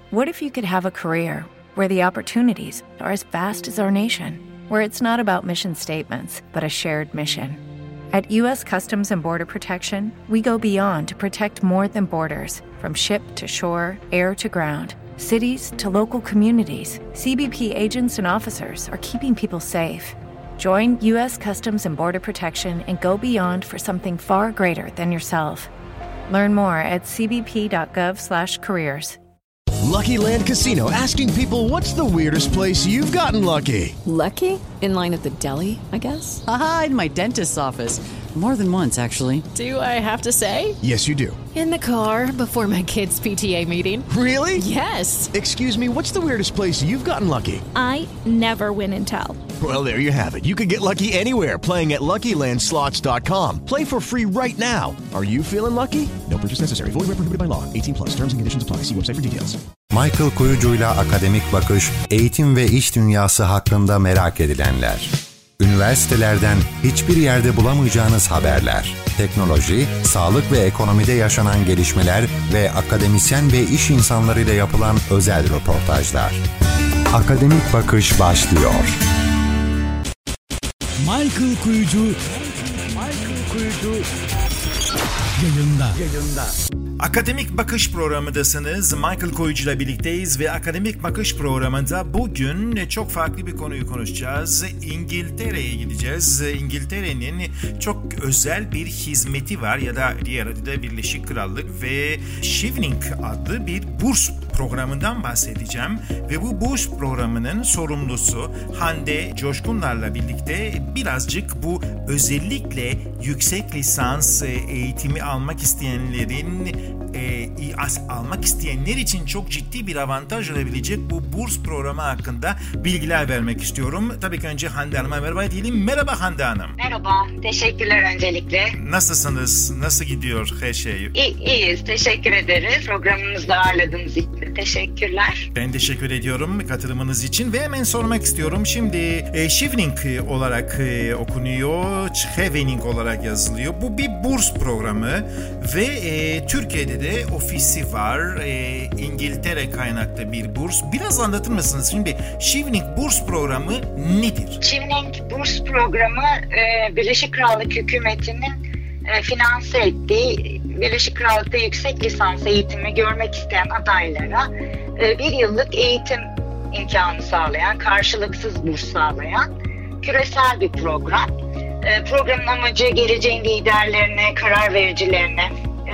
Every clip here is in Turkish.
What if you could have a career where the opportunities are as vast as our nation, where it's not about mission statements, but a shared mission? At U.S. Customs and Border Protection, we go beyond to protect more than borders. From ship to shore, air to ground, cities to local communities, CBP agents and officers are keeping people safe. Join U.S. Customs and Border Protection and go beyond for something far greater than yourself. Learn more at cbp.gov/careers. Lucky Land Casino, asking people, what's the weirdest place you've gotten lucky? Lucky? In line at the deli, I guess? Aha, in my dentist's office. More than once, actually. Do I have to say? Yes, you do. In the car before my kids' PTA meeting. Really? Yes. Excuse me, what's the weirdest place you've gotten lucky? I never win and tell. Well, there you have it. You can get lucky anywhere, playing at LuckyLandSlots.com. Play for free right now. Are you feeling lucky? No purchase necessary. Void where prohibited by law. 18+. Terms and conditions apply. See website for details. Michael Kuyucu'yla Akademik Bakış, eğitim ve iş dünyası hakkında merak edilenler. Üniversitelerden hiçbir yerde bulamayacağınız haberler, teknoloji, sağlık ve ekonomide yaşanan gelişmeler ve akademisyen ve iş insanlarıyla yapılan özel röportajlar. Akademik Bakış başlıyor. Michael Kuyucu yayında. Akademik Bakış programındasınız. Michael Kuyucu ile birlikteyiz ve Akademik Bakış programında bugün çok farklı bir konuyu konuşacağız. İngiltere'ye gideceğiz. İngiltere'nin çok özel bir hizmeti var ya da diğer adı da Birleşik Krallık ve Chevening adlı bir burs programından bahsedeceğim. Ve bu burs programının sorumlusu Hande Coşkunlar'la birlikte birazcık bu özellikle yüksek lisans eğitimi almak isteyenler için çok ciddi bir avantaj olabilecek bu burs programı hakkında bilgiler vermek istiyorum. Tabii ki önce Hande Hanım'a merhaba diyelim. Merhaba Hande Hanım. Merhaba, teşekkürler öncelikle. Nasılsınız? Nasıl gidiyor her şey? İyiyiz, teşekkür ederiz. Programımızda ağırladığınız için teşekkürler. Ben teşekkür ediyorum katılımınız için ve hemen sormak istiyorum. Şimdi Chevening olarak okunuyor, Chevening olarak yazılıyor. Bu bir burs programı ve Türkiye'de de ofisi var. İngiltere kaynaklı bir burs. Biraz anlatır mısınız? Şimdi Chevening burs programı nedir? Chevening burs programı Birleşik Krallık Hükümeti'nin finanse ettiği Birleşik Krallık'ta yüksek lisans eğitimi görmek isteyen adaylara bir yıllık eğitim imkanı sağlayan, karşılıksız burs sağlayan küresel bir program. Programın amacı geleceğin liderlerine, karar vericilerine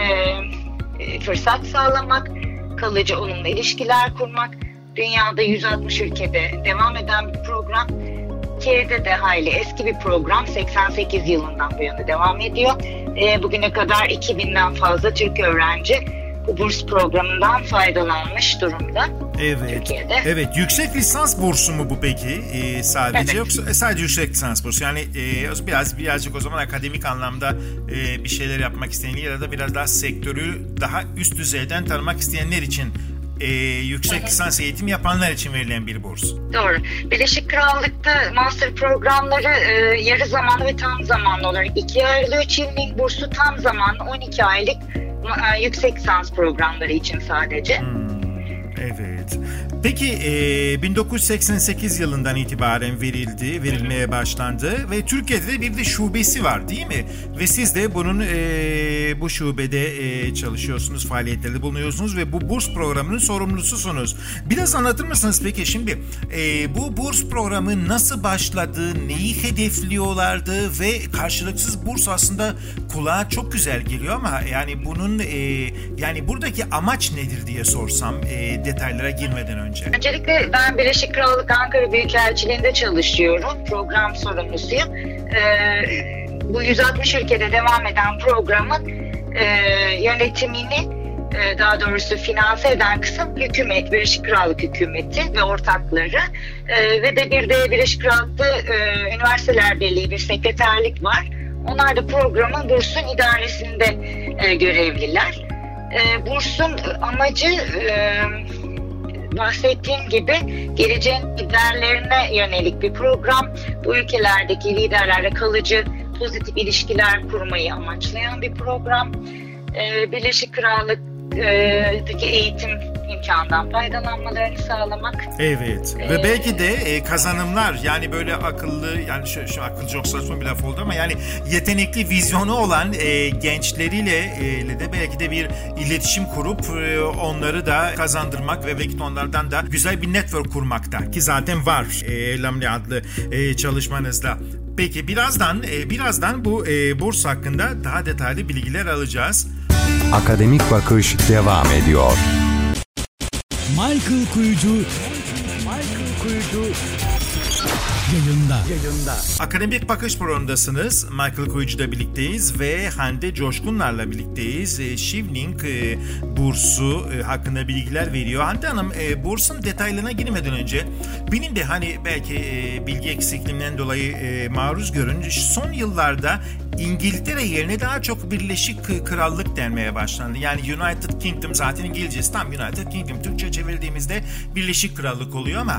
fırsat sağlamak, kalıcı olumlu ilişkiler kurmak. Dünyada 160 ülkede devam eden bir program. Türkiye'de de hayli eski bir program. 88 yılından bu yana devam ediyor. Bugüne kadar 2000'den fazla Türk öğrenci bu burs programından faydalanmış durumda. Evet. Türkiye'de. Evet. Yüksek lisans bursu mu bu peki? Sadece evet. Yoksa sadece yüksek lisans bursu. Yani birazcık o zaman akademik anlamda bir şeyler yapmak isteyenler ya da biraz daha sektörü daha üst düzeyden tanımak isteyenler için yüksek lisans eğitim yapanlar için verilen bir burs. Doğru. Birleşik Krallık'ta master programları yarı zamanlı ve tam zamanlı olarak ikiye ayrılıyor. Chevening bursu tam zamanlı 12 aylık yüksek lisans programları için sadece. Evet. Peki 1988 yılından itibaren verilmeye başlandı ve Türkiye'de de bir de şubesi var değil mi? Ve siz de bu şubede çalışıyorsunuz, faaliyetlerde bulunuyorsunuz ve bu burs programının sorumlususunuz. Biraz anlatır mısınız peki şimdi bu burs programı nasıl başladı, neyi hedefliyorlardı ve karşılıksız burs aslında kulağa çok güzel geliyor ama yani bunun yani buradaki amaç nedir diye sorsam detaylara girmeden önce. Öncelikle ben Birleşik Krallık Ankara Büyükelçiliği'nde çalışıyorum. Program sorumlusuyum. Bu 160 ülkede devam eden programın yönetimini daha doğrusu finanse eden kısım hükümet, Birleşik Krallık Hükümeti ve ortakları ve de bir de Birleşik Krallık'ta Üniversiteler Birliği bir sekreterlik var. Onlar da programın bursun idaresinde görevliler. Bursun amacı bahsettiğim gibi geleceğin liderlerine yönelik bir program. Bu ülkelerdeki liderlerle kalıcı pozitif ilişkiler kurmayı amaçlayan bir program. Birleşik Krallık'taki eğitim imkandan faydalanmalarını sağlamak. Evet. Ve belki de kazanımlar, yani böyle akıllı, yani şu akıllı çok saçma bir laf oldu ama yani yetenekli, vizyonu olan gençleriyle de belki de bir iletişim kurup onları da kazandırmak ve belki onlardan da güzel bir network kurmakta, ki zaten var Lamli adlı çalışmanızda. Peki birazdan bu burs hakkında daha detaylı bilgiler alacağız. Akademik Bakış devam ediyor. Michael Kuyucu yayında. Akademik Bakış programındasınız. Michael Kuyucu'da birlikteyiz ve Hande Coşkunlar'la birlikteyiz. Shivling bursu hakkında bilgiler veriyor. Hande Hanım, bursun detaylarına girmeden önce benim de hani belki bilgi eksikliğinden dolayı maruz görünce son yıllarda İngiltere yerine daha çok Birleşik Krallık denmeye başlandı. Yani United Kingdom, zaten İngilizcesi tam United Kingdom. Türkçe çevirdiğimizde Birleşik Krallık oluyor ama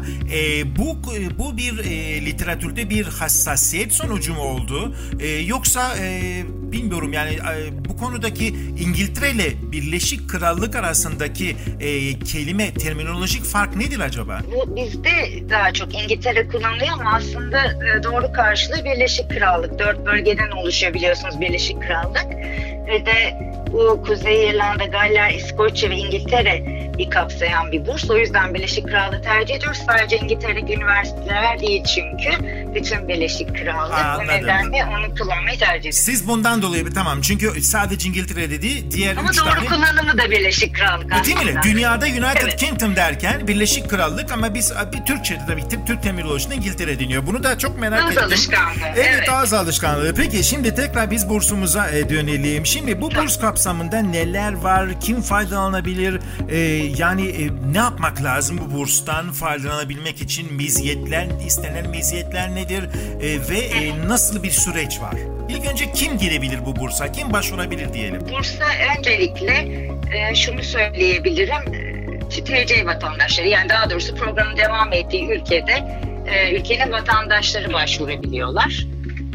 bu bir literatürde bir hassasiyet sonucu mu oldu? Yoksa bilmiyorum yani bu konudaki İngiltere ile Birleşik Krallık arasındaki kelime, terminolojik fark nedir acaba? Bu bizde daha çok İngiltere kullanılıyor ama aslında doğru karşılığı Birleşik Krallık. 4 bölgeden oluşuyor biliyorsunuz Birleşik Krallık. Ve de bu Kuzey İrlanda, Galler, İskoçya ve İngiltere'yi kapsayan bir burs. O yüzden Birleşik Krallığı tercih ediyoruz. Sadece İngiltere'deki üniversiteler değil çünkü. Bütün Birleşik Krallık. Bu nedenle onu kullanmayı tercih ediyoruz. Siz bundan dolayı tamam, çünkü sadece İngiltere dedi. Diğer ama doğru tane kullanımı da Birleşik Krallık aslında. Değil mi? Dünyada United Kingdom derken Birleşik Krallık ama biz bir Türkçe'de tabii Türk terminolojisinde İngiltere deniyor. Bunu da çok merak ettim. Ağız alışkanlığı. Evet, ağız alışkanlığı. Peki şimdi tekrar biz bursumuza dönelim. Şimdi bu burs kapsamında neler var? Kim faydalanabilir? Yani ne yapmak lazım bu burstan faydalanılabilmek için? Meziyetler, istenen meziyetler nedir? Ve nasıl bir süreç var? İlk önce kim girebilir bu bursa? Kim başvurabilir diyelim? Bursa öncelikle şunu söyleyebilirim. TC vatandaşları, yani daha doğrusu programın devam ettiği ülkede ülkenin vatandaşları başvurabiliyorlar.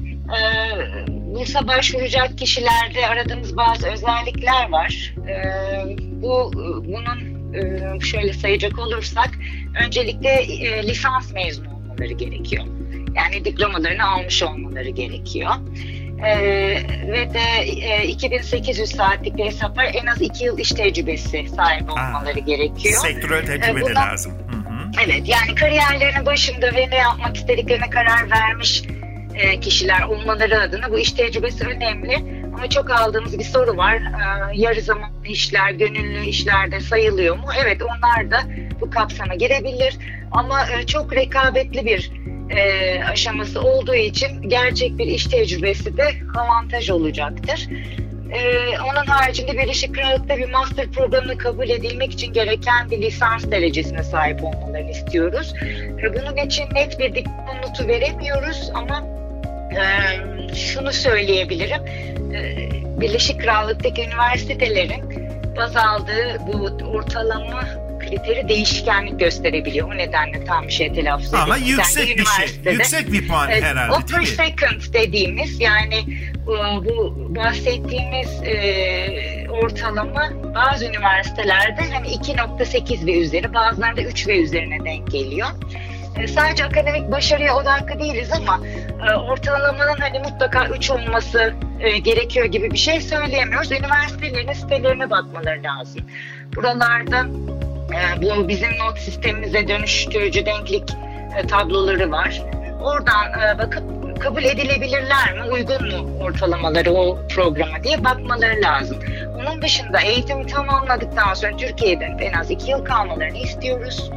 Bursa başvuracak kişilerde aradığımız bazı özellikler var. Bunun şöyle sayacak olursak öncelikle lisans mezunu olmaları gerekiyor. Yani diplomalarını almış olmaları gerekiyor. Ve de 2800 saatlik bir hesap var. En az 2 yıl iş tecrübesi sahibi olmaları gerekiyor. Sektörel tecrübe de lazım. Evet, yani kariyerlerinin başında ve ne yapmak istediklerine karar vermiş kişiler olmaları adına bu iş tecrübesi önemli. Ama çok aldığımız bir soru var. Yarı zamanlı işler, gönüllü işlerde sayılıyor mu? Evet, onlar da bu kapsama girebilir. Ama çok rekabetli bir aşaması olduğu için gerçek bir iş tecrübesi de avantaj olacaktır. Onun haricinde Birleşik Krallık'ta bir master programına kabul edilmek için gereken bir lisans derecesine sahip olmalarını istiyoruz. Bunun için net bir diploma notu veremiyoruz ama şunu söyleyebilirim. Birleşik Krallık'taki üniversitelerin baz aldığı bu ortalama kriteri değişkenlik gösterebiliyor. O nedenle tam bir şey telaffuz edeyim. Ama yüksek bir şey. Yüksek bir puan herhalde upper değil mi? second dediğimiz, yani bu bahsettiğimiz ortalama bazı üniversitelerde hani 2.8 ve üzeri, bazılarında 3 ve üzerine denk geliyor. Sadece akademik başarıya odaklı değiliz ama ortalamanın hani mutlaka 3 olması gerekiyor gibi bir şey söyleyemiyoruz. Üniversitelerin sitelerine bakmaları lazım. Buralarda bu bizim not sistemimize dönüştürücü denklik tabloları var. Oradan bakıp kabul edilebilirler mi, uygun mu ortalamaları o programa diye bakmaları lazım. Onun dışında eğitimi tamamladıktan sonra Türkiye'de en az 2 yıl kalmalarını istiyoruz.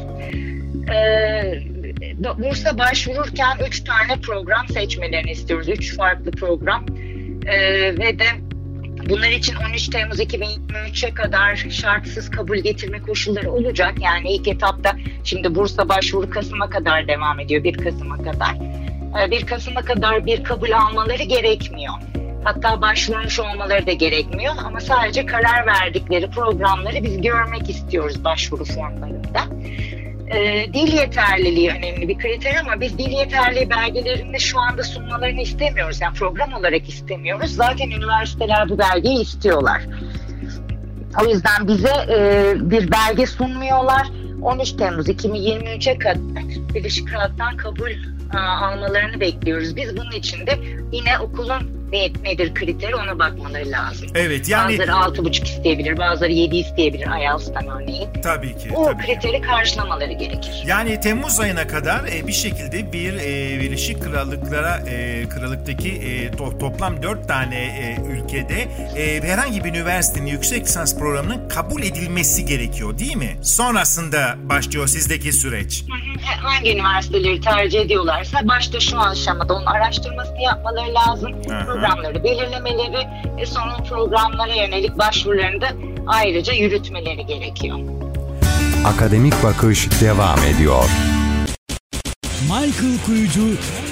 Bursa başvururken 3 tane program seçmelerini istiyoruz. 3 farklı program. Ve de bunlar için 13 Temmuz 2023'e kadar şartsız kabul getirme koşulları olacak. Yani ilk etapta şimdi Bursa başvuru Kasım'a kadar devam ediyor. 1 Kasım'a kadar. 1 Kasım'a kadar bir kabul almaları gerekmiyor. Hatta başvurmuş olmaları da gerekmiyor. Ama sadece karar verdikleri programları biz görmek istiyoruz başvuru formlarında. Dil yeterliliği önemli bir kriter ama biz dil yeterliliği belgelerini şu anda sunmalarını istemiyoruz. Yani program olarak istemiyoruz. Zaten üniversiteler bu belgeyi istiyorlar. O yüzden bize bir belge sunmuyorlar. 13 Temmuz 2023'e kadar Birleşik Krallık'tan kabul almalarını bekliyoruz. Biz bunun için de yine okulun nedir kriteri, ona bakmaları lazım. Evet, yani bazıları 6,5 isteyebilir, bazıları 7 isteyebilir IELTS'tan örneğin. Tabii ki. O kriteri karşılamaları gerekir. Yani Temmuz ayına kadar bir şekilde bir Birleşik Krallık'taki toplam 4 tane ülkede herhangi bir üniversitenin yüksek lisans programının kabul edilmesi gerekiyor, değil mi? Sonrasında başlıyor sizdeki süreç. Hangi üniversiteleri tercih ediyorlarsa başta şu aşamada onun araştırmasını yapmaları lazım. Programları belirlemeleri ve sonra programlara yönelik başvurularını da ayrıca yürütmeleri gerekiyor. Akademik Bakış devam ediyor. Michael Kuyucu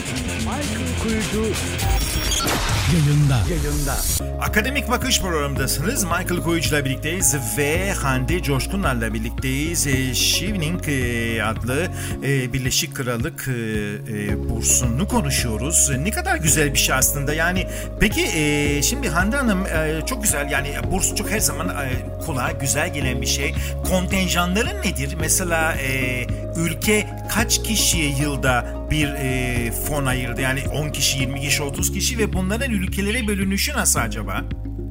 yayında. Akademik Bakış programındasınız. Michael Kuyucu'la birlikteyiz ve Hande Coşkunlar'la birlikteyiz. Chevening adlı Birleşik Krallık bursunu konuşuyoruz. Ne kadar güzel bir şey aslında. Yani peki şimdi Hande Hanım çok güzel, yani burs çok her zaman kulağa güzel gelen bir şey. Kontenjanların nedir? Mesela ülke kaç kişiye yılda bir fon ayırdı? Yani 10 kişi, 20 kişi, 30 kişi ve bunların ülkelere bölünüşü nasıl acaba?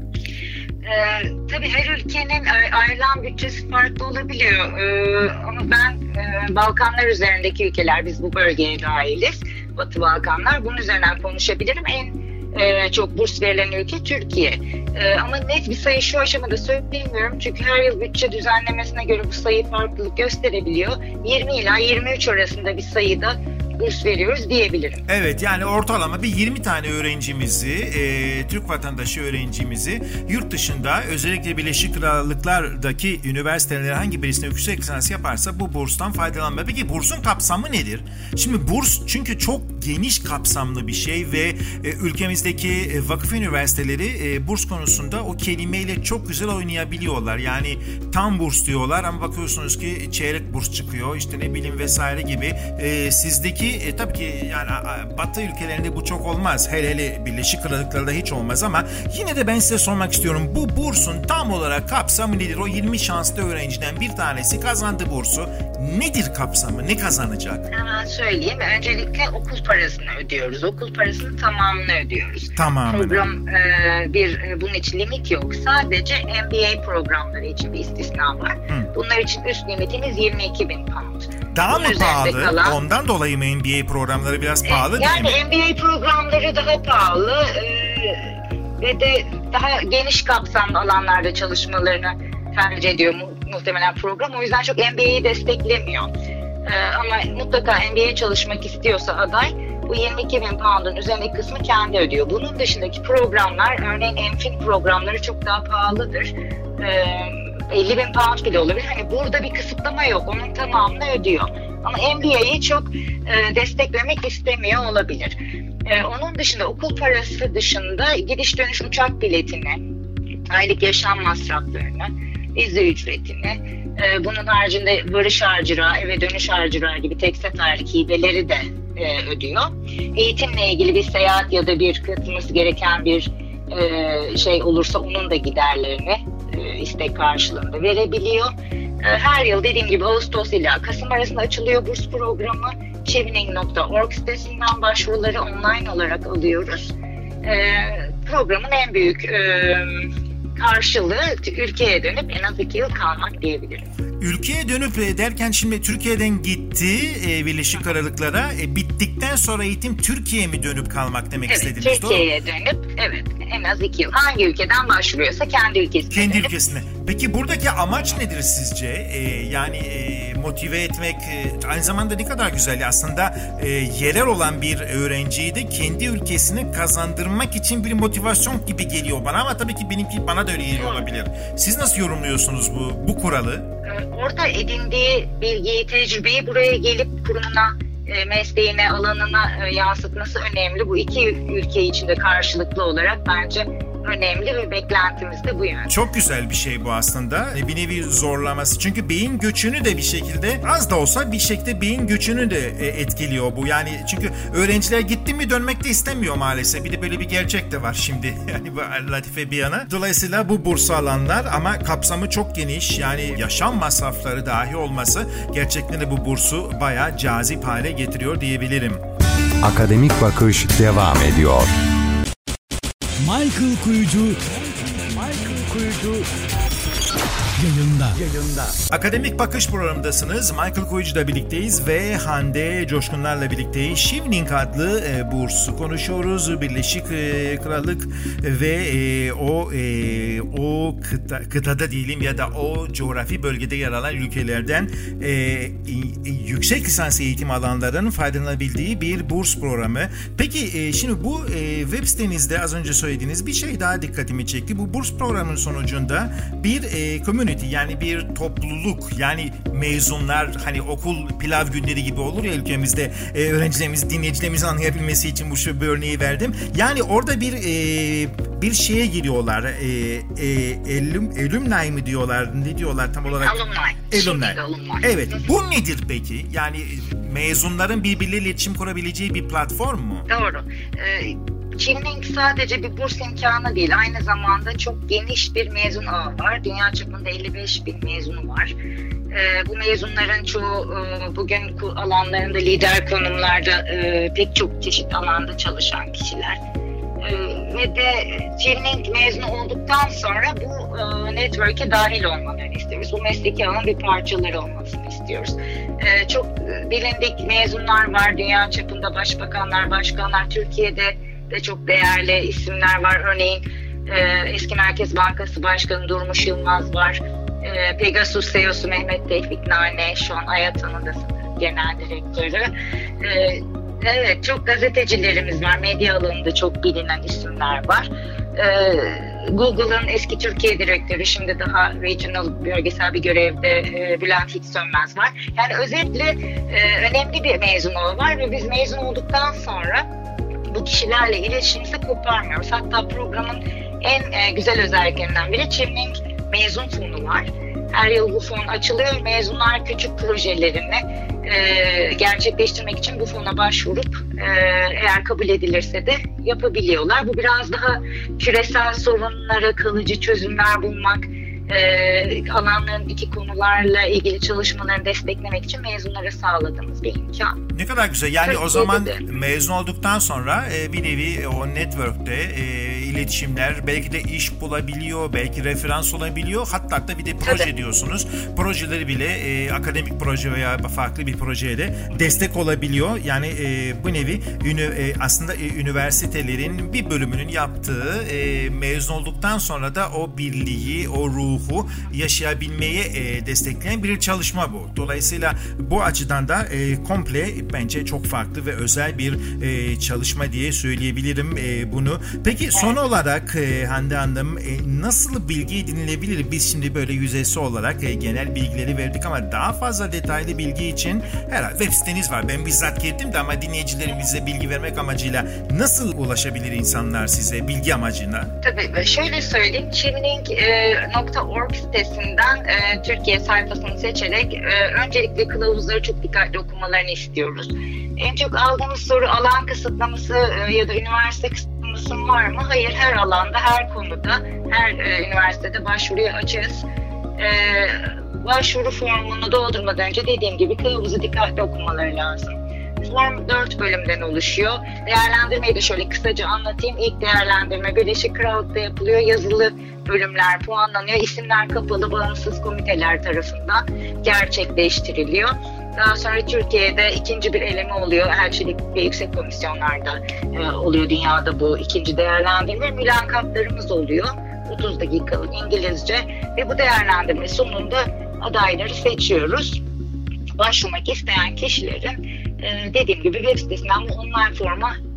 Tabii her ülkenin ayrılan bütçesi farklı olabiliyor. Ama ben Balkanlar üzerindeki ülkeler, biz bu bölgeye dahiliz. Batı Balkanlar, bunun üzerinden konuşabilirim. En çok burs verilen ülke Türkiye. Ama net bir sayı şu aşamada söyleyemiyorum. Çünkü her yıl bütçe düzenlemesine göre bu sayı farklılık gösterebiliyor. 20 ila 23 arasında bir sayıda burs veriyoruz diyebilirim. Evet, yani ortalama bir 20 tane öğrencimizi, Türk vatandaşı öğrencimizi yurt dışında, özellikle Birleşik Krallıklardaki üniversitelere hangi birisine yüksek lisans yaparsa bu burstan faydalanma. Peki bursun kapsamı nedir? Şimdi burs çünkü çok geniş kapsamlı bir şey ve ülkemizdeki vakıf üniversiteleri burs konusunda o kelimeyle çok güzel oynayabiliyorlar. Yani tam burs diyorlar ama bakıyorsunuz ki çeyrek burs çıkıyor, işte ne bileyim vesaire gibi. Sizdeki tabii ki yani Batı ülkelerinde bu çok olmaz. Hele Birleşik Krallıklarda hiç olmaz ama yine de ben size sormak istiyorum. Bu bursun tam olarak kapsamı nedir? O 20 şanslı öğrenciden bir tanesi kazandı bursu. Nedir kapsamı? Ne kazanacak? Hemen söyleyeyim. Öncelikle okul parasını ödüyoruz. Okul parasının tamamını ödüyoruz. Tamamını. Program bunun için limit yok. Sadece MBA programları için bir istisna var. Bunlar için üst limitimiz 22.000 pound. Daha mı pahalı? Ondan dolayı mı MBA programları biraz pahalı değil mi? Yani MBA programları daha pahalı ve de daha geniş kapsamlı alanlarda çalışmalarını tercih ediyor muhtemelen program. O yüzden çok MBA'yi desteklemiyor. Ama mutlaka MBA çalışmak istiyorsa aday bu 22.000 pound'un üzerindeki kısmı kendi ödüyor. Bunun dışındaki programlar, örneğin MPhil programları çok daha pahalıdır. 50.000 pound bile olabilir. Hani burada bir kısıtlama yok. Onun tamamını ödüyor. Ama MBA'yi çok desteklemek istemiyor olabilir. Onun dışında okul parası dışında gidiş dönüş uçak biletini, aylık yaşam masraflarını, vize ücretini, bunun haricinde varış harcırağı, eve dönüş harcırağı gibi tek seferlik hibeleri de ödüyor. Eğitimle ilgili bir seyahat ya da bir katılması gereken bir şey olursa onun da giderlerini istek karşılığında verebiliyor. Her yıl dediğim gibi Ağustos ile Kasım arasında açılıyor burs programı. Chevening.org sitesinden başvuruları online olarak alıyoruz. Programın en büyük karşılığı ülkeye dönüp en az 2 yıl kalmak diyebilirim. Ülkeye dönüp derken şimdi Türkiye'den gitti Birleşik Krallıklara. Bittikten sonra eğitim Türkiye'ye mi dönüp kalmak demek istediniz? Evet, Türkiye'ye dönüp en az 2 yıl. Hangi ülkeden başvuruyorsa kendi ülkesine. Kendi ülkesine. Peki buradaki amaç nedir sizce? Yani motive etmek aynı zamanda ne kadar güzel. Aslında yerel olan bir öğrenciyi de kendi ülkesini kazandırmak için bir motivasyon gibi geliyor bana ama tabii ki benimki bana da öyle geliyor olabilir. Siz nasıl yorumluyorsunuz bu kuralı? Orada edindiği bilgiyi, tecrübeyi buraya gelip kurumuna, mesleğine, alanına yansıtması önemli. Bu iki ülke içinde karşılıklı olarak bence önemli ve beklentimiz de bu yönde. Çok güzel bir şey bu aslında. Bir nevi zorlaması. Çünkü beyin göçünü de bir şekilde az da olsa bir şekilde beyin göçünü de etkiliyor bu. Yani çünkü öğrenciler gitti mi dönmek de istemiyor maalesef. Bir de böyle bir gerçek de var şimdi. Yani bu latife bir yana. Dolayısıyla bu bursu alanlar ama kapsamı çok geniş. Yani yaşam masrafları dahi olması gerçekten de bu bursu bayağı cazip hale getiriyor diyebilirim. Akademik Bakış devam ediyor. Michael Kuyucu yayında. Akademik Bakış programındasınız. Michael Kuyucu'da birlikteyiz ve Hande Coşkunlar'la birlikteyiz. Chevening adlı bursu konuşuyoruz. Birleşik Krallık ve o kıtada diyelim ya da o coğrafi bölgede yer alan ülkelerden yüksek lisans eğitim alanlarının faydalanabildiği bir burs programı. Peki şimdi bu web sitenizde az önce söylediğiniz bir şey daha dikkatimi çekti. Bu burs programının sonucunda bir community, yani bir topluluk, yani mezunlar, hani okul pilav günleri gibi olur ya ülkemizde, öğrencilerimiz, dinleyicilerimiz anlayabilmesi için bu şu bir örneği verdim. Yani orada bir şeye giriyorlar. Alumni mi diyorlar? Ne diyorlar tam olarak? Alumni. Evet. Bu nedir peki? Yani mezunların birbirleriyle iletişim kurabileceği bir platform mu? Doğru. Chevening sadece bir burs imkanı değil, aynı zamanda çok geniş bir mezun ağı var. Dünya çapında 55 bin mezunu var. Bu mezunların çoğu bugün alanlarında lider konumlarda, pek çok çeşit alanda çalışan kişiler. Ve de Chevening mezunu olduktan sonra bu network'e dahil olmalarını istiyoruz. Bu mesleki alanın bir parçaları olmasını istiyoruz. Çok bilindik mezunlar var, dünya çapında başbakanlar, başkanlar, Türkiye'de de çok değerli isimler var. Örneğin eski Merkez Bankası Başkanı Durmuş Yılmaz var. Pegasus CEO'su Mehmet Tevfik Nane, şu an Ayata'nın da genel direktörü. Evet, çok gazetecilerimiz var. Medya alanında çok bilinen isimler var. Google'ın eski Türkiye direktörü, şimdi daha regional, bölgesel bir görevde Bülent Hiç Sönmez var. Yani özetle önemli bir mezun var ve biz mezun olduktan sonra bu kişilerle iletişimimizi koparmıyoruz. Hatta programın en güzel özelliklerinden biri Chevening mezun fonu var. Her yıl bu fon açılıyor. Mezunlar küçük projelerini gerçekleştirmek için bu fona başvurup eğer kabul edilirse de yapabiliyorlar. Bu biraz daha küresel sorunlara kalıcı çözümler bulmak, alanlarındaki konularla ilgili çalışmalarını desteklemek için mezunlara sağladığımız bir imkan. Ne kadar güzel. Yani o zaman mezun olduktan sonra bir nevi o network'te iletişimler, belki de iş bulabiliyor, belki referans olabiliyor. Hatta bir de proje diyorsunuz. Projeleri bile akademik proje veya farklı bir projeye de destek olabiliyor. Yani bu nevi aslında üniversitelerin bir bölümünün yaptığı mezun olduktan sonra da o birliği, o ruhu yaşayabilmeye destekleyen bir çalışma bu. Dolayısıyla bu açıdan da komple bence çok farklı ve özel bir çalışma diye söyleyebilirim bunu. Peki son olarak Hande Hanım, nasıl bilgi edinilebilir? Biz şimdi böyle yüzeysel olarak genel bilgileri verdik ama daha fazla detaylı bilgi için herhalde web siteniz var. Ben bizzat girdim de ama dinleyicilerimize bilgi vermek amacıyla nasıl ulaşabilir insanlar size bilgi amacına? Tabii şöyle söyleyeyim. Chevening.org sitesinden Türkiye sayfasını seçerek öncelikle kılavuzları çok dikkatli okumalarını istiyoruz. En çok aldığımız soru alan kısıtlaması ya da üniversite kısıtlaması var mı? Hayır, her alanda, her konuda, her üniversitede başvuruya açığız. Başvuru formunu doldurmadan önce dediğim gibi kılavuzu dikkatli okumaları lazım. Form 4 bölümden oluşuyor. Değerlendirmeyi de şöyle kısaca anlatayım. İlk değerlendirme Birleşik Krallık'ta yapılıyor. Yazılı bölümler puanlanıyor. İsimler kapalı bağımsız komiteler tarafından gerçekleştiriliyor. Daha sonra Türkiye'de ikinci bir eleme oluyor. Elçilik ve yüksek komisyonlarda oluyor dünyada bu ikinci değerlendirme. Mülakatlarımız oluyor. 30 dakikalık İngilizce ve bu değerlendirme sonunda adayları seçiyoruz. Başvurmak isteyen kişilerin dediğim gibi web sitesinden bu online forma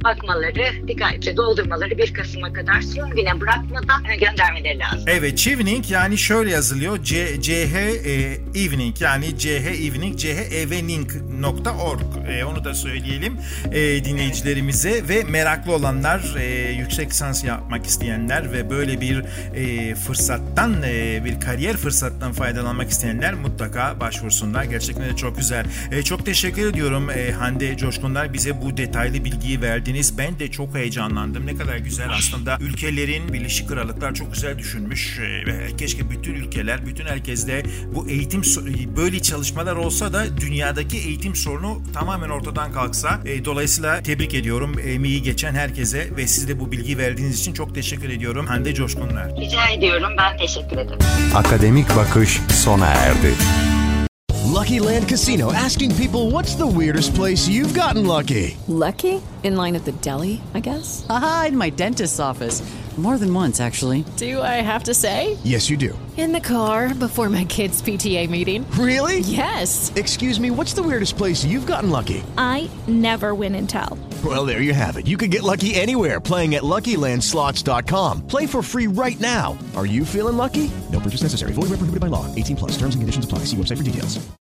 bakmaları, dikkatli doldurmaları 1 Kasım'a kadar son güne bırakmadan göndermeleri lazım. Evet, Chevening yani şöyle yazılıyor. CH Evening yani CH Evening chevening.org. Onu da söyleyelim dinleyicilerimize ve meraklı olanlar, yüksek lisans yapmak isteyenler ve böyle bir fırsattan, bir kariyer fırsattan faydalanmak isteyenler mutlaka başvursunlar. Gerçekten de çok güzel. Çok teşekkür ediyorum Hande Coşkunlar, bize bu detaylı bilgiyi verdiniz. Ben de çok heyecanlandım. Ne kadar güzel aslında. Ülkelerin, Birleşik Krallıklar çok güzel düşünmüş. Keşke bütün ülkeler, bütün herkes de bu eğitim, böyle çalışmalar olsa da dünyadaki eğitim sorunu tamamen ortadan kalksa. Dolayısıyla tebrik ediyorum emeği geçen herkese ve siz de bu bilgi verdiğiniz için çok teşekkür ediyorum Hande Coşkunlar. Rica ediyorum, ben teşekkür ederim. Akademik Bakış sona erdi. Lucky Land Casino, asking people, what's the weirdest place you've gotten lucky? Lucky? In line at the deli, I guess? Aha, in my dentist's office. More than once, actually. Do I have to say? Yes, you do. In the car before my kids' PTA meeting. Really? Yes. Excuse me, what's the weirdest place you've gotten lucky? I never win and tell. Well, there you have it. You can get lucky anywhere, playing at LuckyLandSlots.com. Play for free right now. Are you feeling lucky? No purchase necessary. Void where prohibited by law. 18 plus. Terms and conditions apply. See website for details.